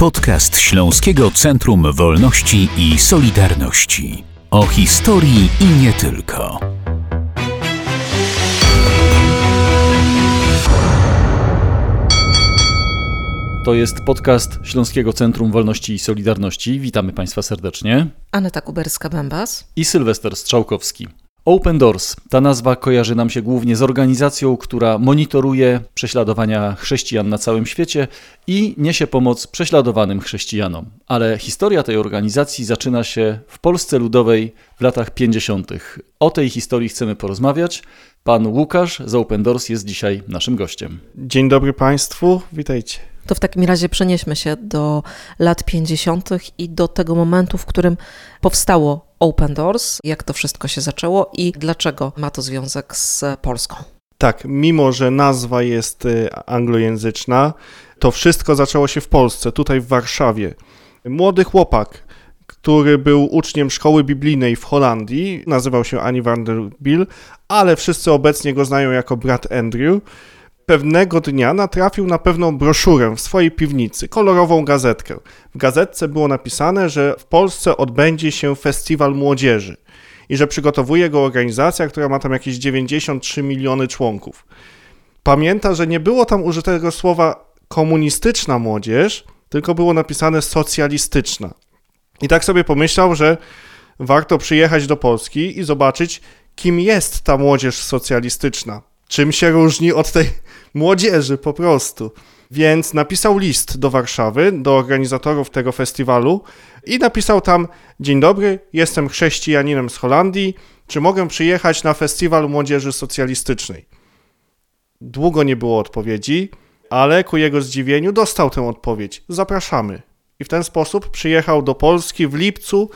Podcast Śląskiego Centrum Wolności i Solidarności. O historii i nie tylko. To jest podcast Śląskiego Centrum Wolności i Solidarności. Witamy Państwa serdecznie. Aneta Kuberska-Bębas I Sylwester Strzałkowski. Open Doors. Ta nazwa kojarzy nam się głównie z organizacją, która monitoruje prześladowania chrześcijan na całym świecie i niesie pomoc prześladowanym chrześcijanom. Ale historia tej organizacji zaczyna się w Polsce Ludowej w latach 50. O tej historii chcemy porozmawiać. Pan Łukasz z Open Doors jest dzisiaj naszym gościem. Dzień dobry Państwu, witajcie. To w takim razie przenieśmy się do lat 50. i do tego momentu, w którym powstało Open Doors, jak to wszystko się zaczęło i dlaczego ma to związek z Polską. Tak, mimo że nazwa jest anglojęzyczna, to wszystko zaczęło się w Polsce, tutaj w Warszawie. Młody chłopak, który był uczniem szkoły biblijnej w Holandii, nazywał się Annie Vanderbilt, ale wszyscy obecnie go znają jako brat Andrew, pewnego dnia natrafił na pewną broszurę w swojej piwnicy, kolorową gazetkę. W gazetce było napisane, że w Polsce odbędzie się festiwal młodzieży i że przygotowuje go organizacja, która ma tam jakieś 93 miliony członków. Pamięta, że nie było tam użytego słowa komunistyczna młodzież, tylko było napisane socjalistyczna. I tak sobie pomyślał, że warto przyjechać do Polski i zobaczyć, kim jest ta młodzież socjalistyczna. Czym się różni od tej młodzieży po prostu. Więc napisał list do Warszawy, do organizatorów tego festiwalu i napisał tam: dzień dobry, jestem chrześcijaninem z Holandii, czy mogę przyjechać na festiwal młodzieży socjalistycznej? Długo nie było odpowiedzi, ale ku jego zdziwieniu dostał tę odpowiedź: zapraszamy. I w ten sposób przyjechał do Polski w lipcu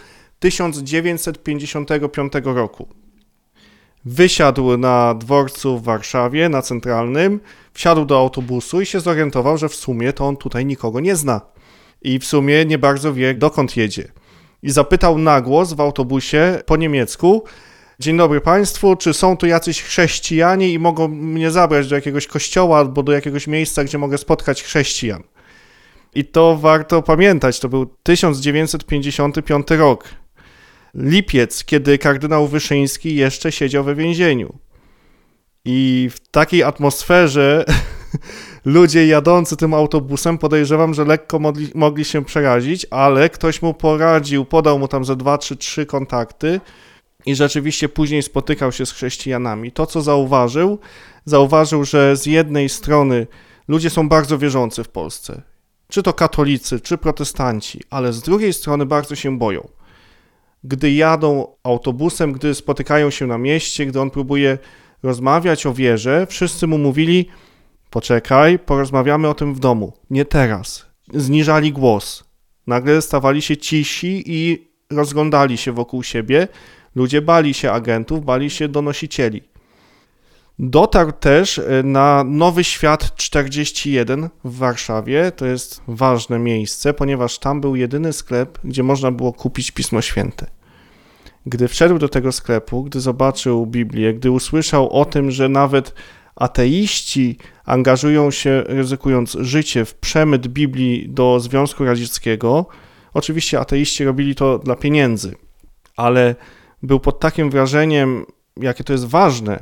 1955 roku. Wysiadł na dworcu w Warszawie, na Centralnym, wsiadł do autobusu i się zorientował, że w sumie to on tutaj nikogo nie zna. I w sumie nie bardzo wie, dokąd jedzie. I zapytał na głos w autobusie po niemiecku: dzień dobry Państwu, czy są tu jacyś chrześcijanie i mogą mnie zabrać do jakiegoś kościoła albo do jakiegoś miejsca, gdzie mogę spotkać chrześcijan? I to warto pamiętać, to był 1955 rok. Lipiec, kiedy kardynał Wyszyński jeszcze siedział we więzieniu. I w takiej atmosferze ludzie jadący tym autobusem, podejrzewam, że lekko mogli się przerazić, ale ktoś mu poradził, podał mu tam ze 2 czy 3 kontakty i rzeczywiście później spotykał się z chrześcijanami. To, co zauważył, że z jednej strony ludzie są bardzo wierzący w Polsce, czy to katolicy, czy protestanci, ale z drugiej strony bardzo się boją. Gdy jadą autobusem, gdy spotykają się na mieście, gdy on próbuje rozmawiać o wierze, wszyscy mu mówili: poczekaj, porozmawiamy o tym w domu, nie teraz. Zniżali głos. Nagle stawali się cisi i rozglądali się wokół siebie. Ludzie bali się agentów, bali się donosicieli. Dotarł też na Nowy Świat 41 w Warszawie. To jest ważne miejsce, ponieważ tam był jedyny sklep, gdzie można było kupić Pismo Święte. Gdy wszedł do tego sklepu, gdy zobaczył Biblię, gdy usłyszał o tym, że nawet ateiści angażują się, ryzykując życie, w przemyt Biblii do Związku Radzieckiego, oczywiście ateiści robili to dla pieniędzy, ale był pod takim wrażeniem, jakie to jest ważne,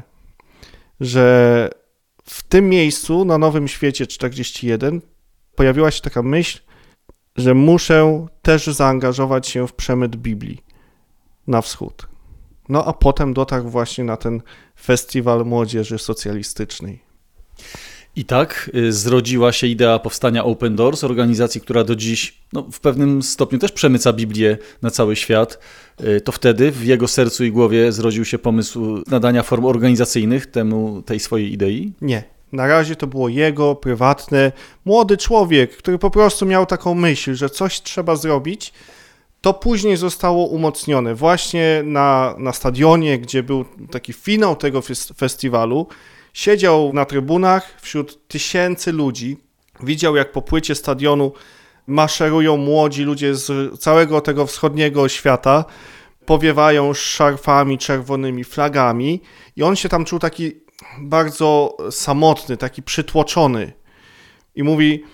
że w tym miejscu, na Nowym Świecie 41, pojawiła się taka myśl, że muszę też zaangażować się w przemyt Biblii na wschód. No a potem dotarł właśnie na ten festiwal młodzieży socjalistycznej. I tak zrodziła się idea powstania Open Doors, organizacji, która do dziś w pewnym stopniu też przemyca Biblię na cały świat. To wtedy w jego sercu i głowie zrodził się pomysł nadania form organizacyjnych tej swojej idei? Nie. Na razie to było jego prywatne, młody człowiek, który po prostu miał taką myśl, że coś trzeba zrobić. To później zostało umocnione. Właśnie na stadionie, gdzie był taki finał tego festiwalu, siedział na trybunach wśród tysięcy ludzi, widział, jak po płycie stadionu maszerują młodzi ludzie z całego tego wschodniego świata, powiewają szarfami, czerwonymi flagami i on się tam czuł taki bardzo samotny, taki przytłoczony. I mówi: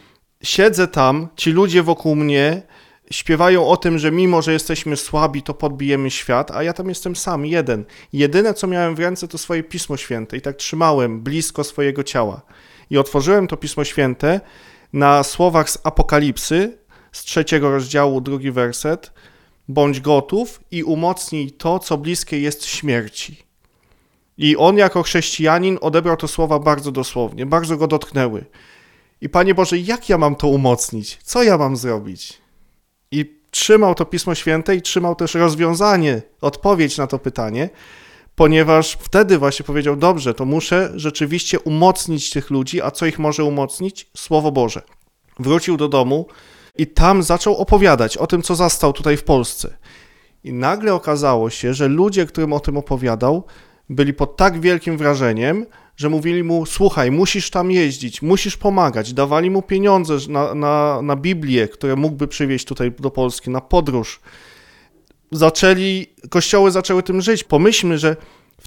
siedzę tam, ci ludzie wokół mnie śpiewają o tym, że mimo, że jesteśmy słabi, to podbijemy świat, a ja tam jestem sam, jeden. Jedyne, co miałem w ręce, to swoje Pismo Święte i tak trzymałem blisko swojego ciała. I otworzyłem to Pismo Święte na słowach z Apokalipsy, z 3 rozdziału, 2 werset. Bądź gotów i umocnij to, co bliskie jest śmierci. I on jako chrześcijanin odebrał te słowa bardzo dosłownie, bardzo go dotknęły. I Panie Boże, jak ja mam to umocnić? Co ja mam zrobić? I trzymał to Pismo Święte i trzymał też rozwiązanie, odpowiedź na to pytanie, ponieważ wtedy właśnie powiedział, dobrze, to muszę rzeczywiście umocnić tych ludzi, a co ich może umocnić? Słowo Boże. Wrócił do domu i tam zaczął opowiadać o tym, co zastał tutaj w Polsce. I nagle okazało się, że ludzie, którym o tym opowiadał, byli pod tak wielkim wrażeniem, że mówili mu, słuchaj, musisz tam jeździć, musisz pomagać. Dawali mu pieniądze na Biblię, które mógłby przywieźć tutaj do Polski, na podróż. Kościoły zaczęły tym żyć. Pomyślmy, że w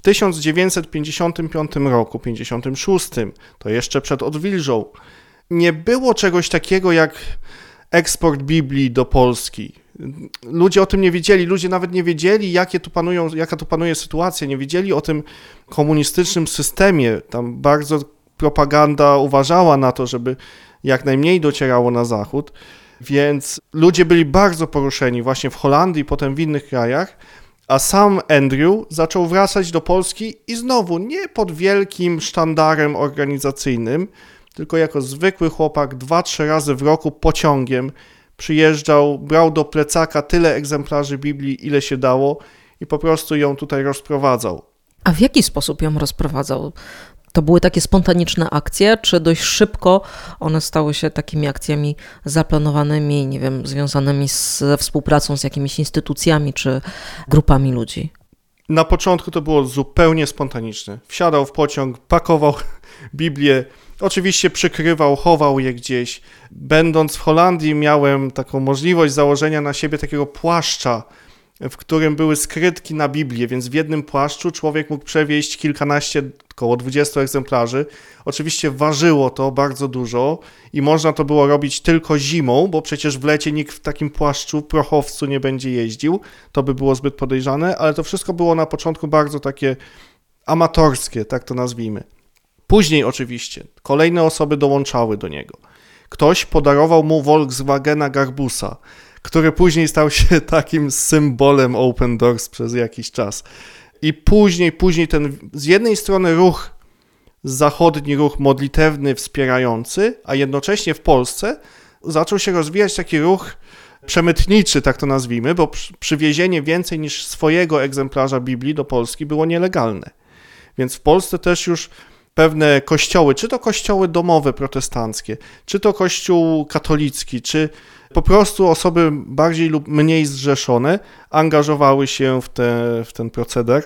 1955 roku, 56, to jeszcze przed odwilżą, nie było czegoś takiego jak eksport Biblii do Polski. Ludzie o tym nie wiedzieli, ludzie nawet nie wiedzieli, jaka tu panuje sytuacja, nie wiedzieli o tym komunistycznym systemie. Tam bardzo propaganda uważała na to, żeby jak najmniej docierało na zachód, więc ludzie byli bardzo poruszeni właśnie w Holandii, potem w innych krajach, a sam Andrew zaczął wracać do Polski i znowu nie pod wielkim sztandarem organizacyjnym, tylko jako zwykły chłopak 2-3 razy w roku pociągiem przyjeżdżał, brał do plecaka tyle egzemplarzy Biblii, ile się dało i po prostu ją tutaj rozprowadzał. A w jaki sposób ją rozprowadzał? To były takie spontaniczne akcje, czy dość szybko one stały się takimi akcjami zaplanowanymi, nie wiem, związanymi ze współpracą z jakimiś instytucjami czy grupami ludzi? Na początku to było zupełnie spontaniczne. Wsiadał w pociąg, pakował Biblię, oczywiście przykrywał, chował je gdzieś. Będąc w Holandii miałem taką możliwość założenia na siebie takiego płaszcza, w którym były skrytki na Biblię, więc w jednym płaszczu człowiek mógł przewieźć kilkanaście, około 20 egzemplarzy. Oczywiście ważyło to bardzo dużo i można to było robić tylko zimą, bo przecież w lecie nikt w takim płaszczu, prochowcu nie będzie jeździł. To by było zbyt podejrzane, ale to wszystko było na początku bardzo takie amatorskie, tak to nazwijmy. Później oczywiście kolejne osoby dołączały do niego. Ktoś podarował mu Volkswagena Garbusa, który później stał się takim symbolem Open Doors przez jakiś czas. I później ten z jednej strony ruch zachodni, ruch modlitewny, wspierający, a jednocześnie w Polsce zaczął się rozwijać taki ruch przemytniczy, tak to nazwijmy, bo przywiezienie więcej niż swojego egzemplarza Biblii do Polski było nielegalne. Więc w Polsce też już pewne kościoły, czy to kościoły domowe protestanckie, czy to kościół katolicki, czy po prostu osoby bardziej lub mniej zrzeszone angażowały się w ten proceder.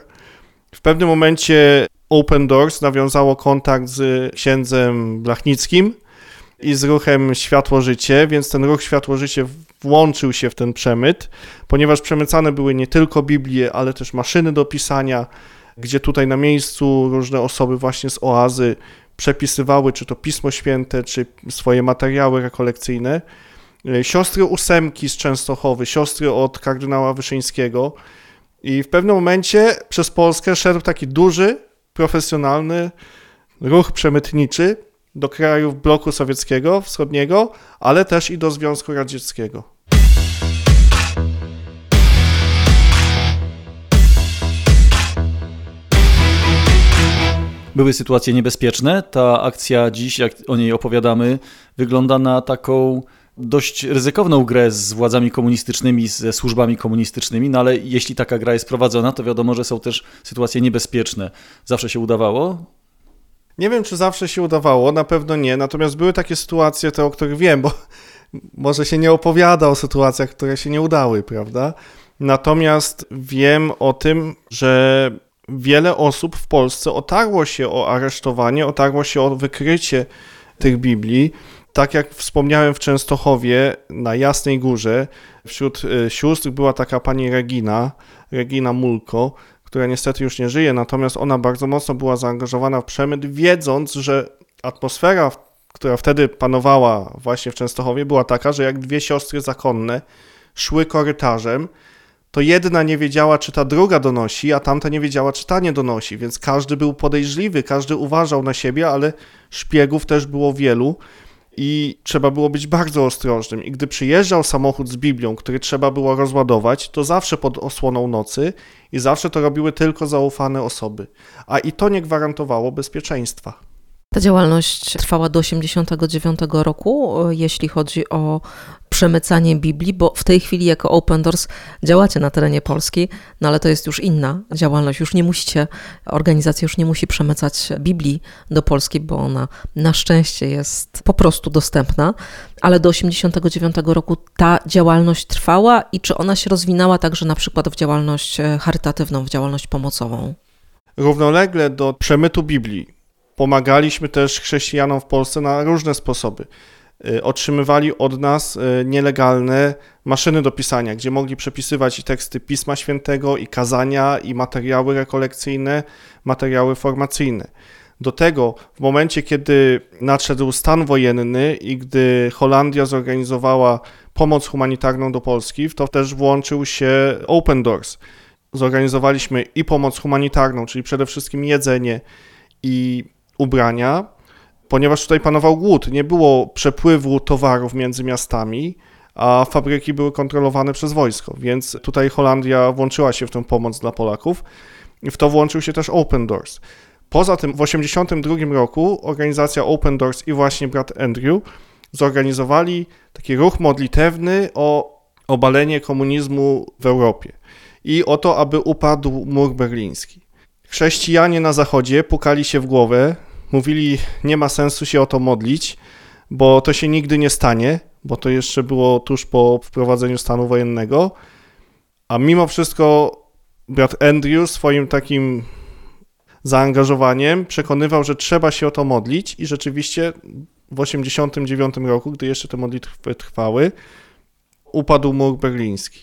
W pewnym momencie Open Doors nawiązało kontakt z księdzem Blachnickim i z ruchem Światło-Życie, więc ten ruch Światło-Życie włączył się w ten przemyt, ponieważ przemycane były nie tylko Biblie, ale też maszyny do pisania, gdzie tutaj na miejscu różne osoby właśnie z oazy przepisywały czy to Pismo Święte, czy swoje materiały rekolekcyjne. Siostry Ósemki z Częstochowy, siostry od kardynała Wyszyńskiego i w pewnym momencie przez Polskę szedł taki duży, profesjonalny ruch przemytniczy do krajów bloku sowieckiego, wschodniego, ale też i do Związku Radzieckiego. Były sytuacje niebezpieczne. Ta akcja dziś, jak o niej opowiadamy, wygląda na taką dość ryzykowną grę z władzami komunistycznymi, ze służbami komunistycznymi, no ale jeśli taka gra jest prowadzona, to wiadomo, że są też sytuacje niebezpieczne. Zawsze się udawało? Nie wiem, czy zawsze się udawało, na pewno nie, natomiast były takie sytuacje, te, o których wiem, bo może się nie opowiada o sytuacjach, które się nie udały, prawda? Natomiast wiem o tym, że wiele osób w Polsce otarło się o aresztowanie, otarło się o wykrycie tych Biblii. Tak jak wspomniałem w Częstochowie, na Jasnej Górze, wśród sióstr była taka pani Regina Mulko, która niestety już nie żyje, natomiast ona bardzo mocno była zaangażowana w przemyt, wiedząc, że atmosfera która wtedy panowała właśnie w Częstochowie, była taka, że jak dwie siostry zakonne szły korytarzem, to jedna nie wiedziała, czy ta druga donosi, a tamta nie wiedziała, czy ta nie donosi, więc każdy był podejrzliwy, każdy uważał na siebie, ale szpiegów też było wielu i trzeba było być bardzo ostrożnym. I gdy przyjeżdżał samochód z Biblią, który trzeba było rozładować, to zawsze pod osłoną nocy i zawsze to robiły tylko zaufane osoby, a i to nie gwarantowało bezpieczeństwa. Ta działalność trwała do 1989 roku, jeśli chodzi o przemycanie Biblii, bo w tej chwili jako Open Doors działacie na terenie Polski, no ale to jest już inna działalność. Już nie musicie, organizacja już nie musi przemycać Biblii do Polski, bo ona na szczęście jest po prostu dostępna, ale do 1989 roku ta działalność trwała i czy ona się rozwinęła także na przykład w działalność charytatywną, w działalność pomocową? Równolegle do przemytu Biblii pomagaliśmy też chrześcijanom w Polsce na różne sposoby. Otrzymywali od nas nielegalne maszyny do pisania, gdzie mogli przepisywać i teksty Pisma Świętego, i kazania, i materiały rekolekcyjne, materiały formacyjne. Do tego w momencie, kiedy nadszedł stan wojenny i gdy Holandia zorganizowała pomoc humanitarną do Polski, w to też włączył się Open Doors. Zorganizowaliśmy i pomoc humanitarną, czyli przede wszystkim jedzenie i ubrania, ponieważ tutaj panował głód, nie było przepływu towarów między miastami, a fabryki były kontrolowane przez wojsko, więc tutaj Holandia włączyła się w tę pomoc dla Polaków i w to włączył się też Open Doors. Poza tym w 1982 roku organizacja Open Doors i właśnie brat Andrew zorganizowali taki ruch modlitewny o obalenie komunizmu w Europie i o to, aby upadł mur berliński. Chrześcijanie na zachodzie pukali się w głowę, mówili, nie ma sensu się o to modlić, bo to się nigdy nie stanie, bo to jeszcze było tuż po wprowadzeniu stanu wojennego, a mimo wszystko brat Andrew swoim takim zaangażowaniem przekonywał, że trzeba się o to modlić i rzeczywiście w 1989 roku, gdy jeszcze te modlitwy trwały, upadł mur berliński.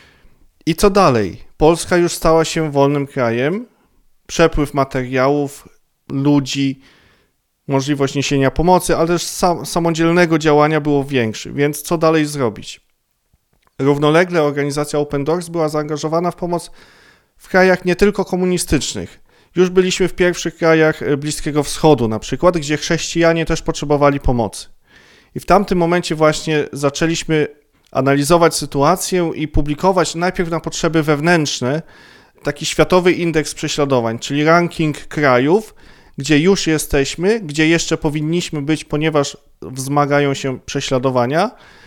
I co dalej? Polska już stała się wolnym krajem, przepływ materiałów, ludzi, możliwość niesienia pomocy, ale też samodzielnego działania było większy, więc co dalej zrobić? Równolegle organizacja Open Doors była zaangażowana w pomoc w krajach nie tylko komunistycznych. Już byliśmy w pierwszych krajach Bliskiego Wschodu na przykład, gdzie chrześcijanie też potrzebowali pomocy. I w tamtym momencie właśnie zaczęliśmy analizować sytuację i publikować najpierw na potrzeby wewnętrzne taki światowy indeks prześladowań, czyli ranking krajów, gdzie już jesteśmy, gdzie jeszcze powinniśmy być, ponieważ wzmagają się prześladowania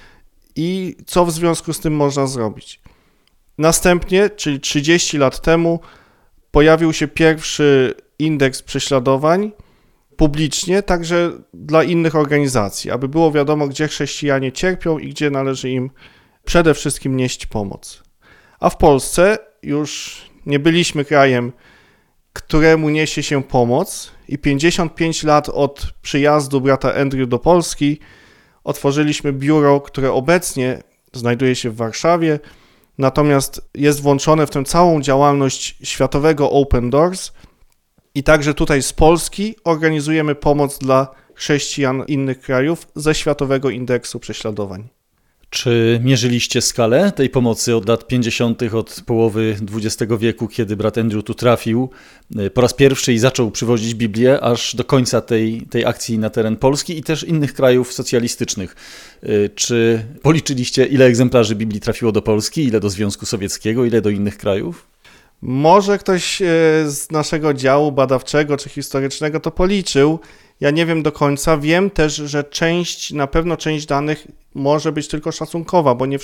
i co w związku z tym można zrobić. Następnie, czyli 30 lat temu, pojawił się pierwszy indeks prześladowań publicznie, także dla innych organizacji, aby było wiadomo, gdzie chrześcijanie cierpią i gdzie należy im przede wszystkim nieść pomoc. A w Polsce już nie byliśmy krajem, któremu niesie się pomoc i 55 lat od przyjazdu brata Andrew do Polski otworzyliśmy biuro, które obecnie znajduje się w Warszawie, natomiast jest włączone w tę całą działalność światowego Open Doors i także tutaj z Polski organizujemy pomoc dla chrześcijan innych krajów ze Światowego Indeksu Prześladowań. Czy mierzyliście skalę tej pomocy od lat 50., od połowy XX wieku, kiedy brat Andrew tu trafił po raz pierwszy i zaczął przywozić Biblię, aż do końca tej akcji na teren Polski i też innych krajów socjalistycznych? Czy policzyliście, ile egzemplarzy Biblii trafiło do Polski, ile do Związku Sowieckiego, ile do innych krajów? Może ktoś z naszego działu badawczego czy historycznego to policzył. Ja nie wiem do końca. Wiem też, że na pewno część danych może być tylko szacunkowa, bo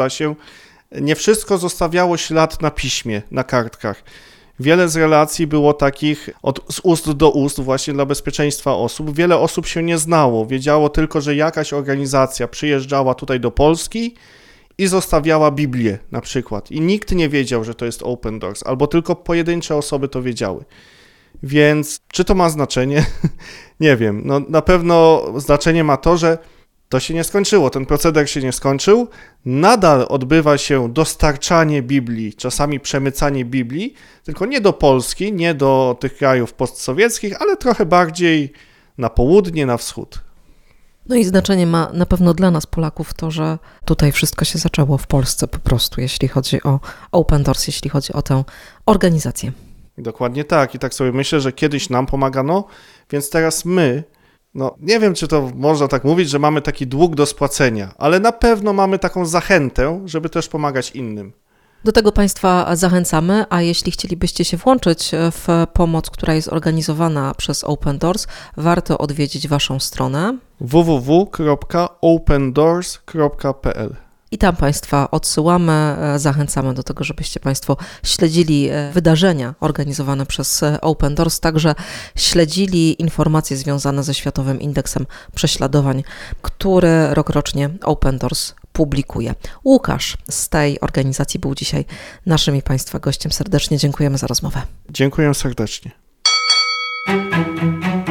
nie wszystko zostawiało ślad na piśmie, na kartkach. Wiele z relacji było takich z ust do ust właśnie dla bezpieczeństwa osób. Wiele osób się nie znało, wiedziało tylko, że jakaś organizacja przyjeżdżała tutaj do Polski i zostawiała Biblię na przykład. I nikt nie wiedział, że to jest Open Doors, albo tylko pojedyncze osoby to wiedziały. Więc czy to ma znaczenie? Nie wiem. No, na pewno znaczenie ma to, że to się nie skończyło, ten proceder się nie skończył. Nadal odbywa się dostarczanie Biblii, czasami przemycanie Biblii, tylko nie do Polski, nie do tych krajów postsowieckich, ale trochę bardziej na południe, na wschód. No i znaczenie ma na pewno dla nas, Polaków, to, że tutaj wszystko się zaczęło w Polsce po prostu, jeśli chodzi o Open Doors, jeśli chodzi o tę organizację. Dokładnie tak. I tak sobie myślę, że kiedyś nam pomagano, więc teraz my, nie wiem, czy to można tak mówić, że mamy taki dług do spłacenia, ale na pewno mamy taką zachętę, żeby też pomagać innym. Do tego Państwa zachęcamy, a jeśli chcielibyście się włączyć w pomoc, która jest organizowana przez Open Doors, warto odwiedzić Waszą stronę www.opendoors.pl. i tam Państwa odsyłamy, zachęcamy do tego, żebyście Państwo śledzili wydarzenia organizowane przez Open Doors, także śledzili informacje związane ze Światowym Indeksem Prześladowań, który rokrocznie Open Doors publikuje. Łukasz z tej organizacji był dzisiaj naszym i Państwa gościem. Serdecznie dziękujemy za rozmowę. Dziękuję serdecznie.